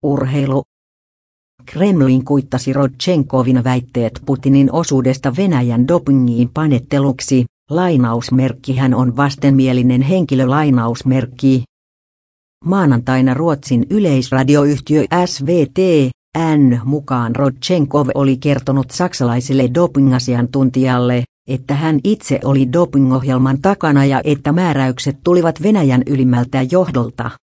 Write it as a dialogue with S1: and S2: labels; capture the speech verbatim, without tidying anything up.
S1: Urheilu. Kremlin kuittasi Rodtšenkovin väitteet Putinin osuudesta Venäjän dopingiin panetteluksi, lainausmerkki hän on vastenmielinen henkilö lainausmerkki. Maanantaina Ruotsin yleisradioyhtiö S V T N mukaan Rodtšenkov oli kertonut saksalaiselle dopingasiantuntijalle, että hän itse oli dopingohjelman takana ja että määräykset tulivat Venäjän ylimmältä johdolta.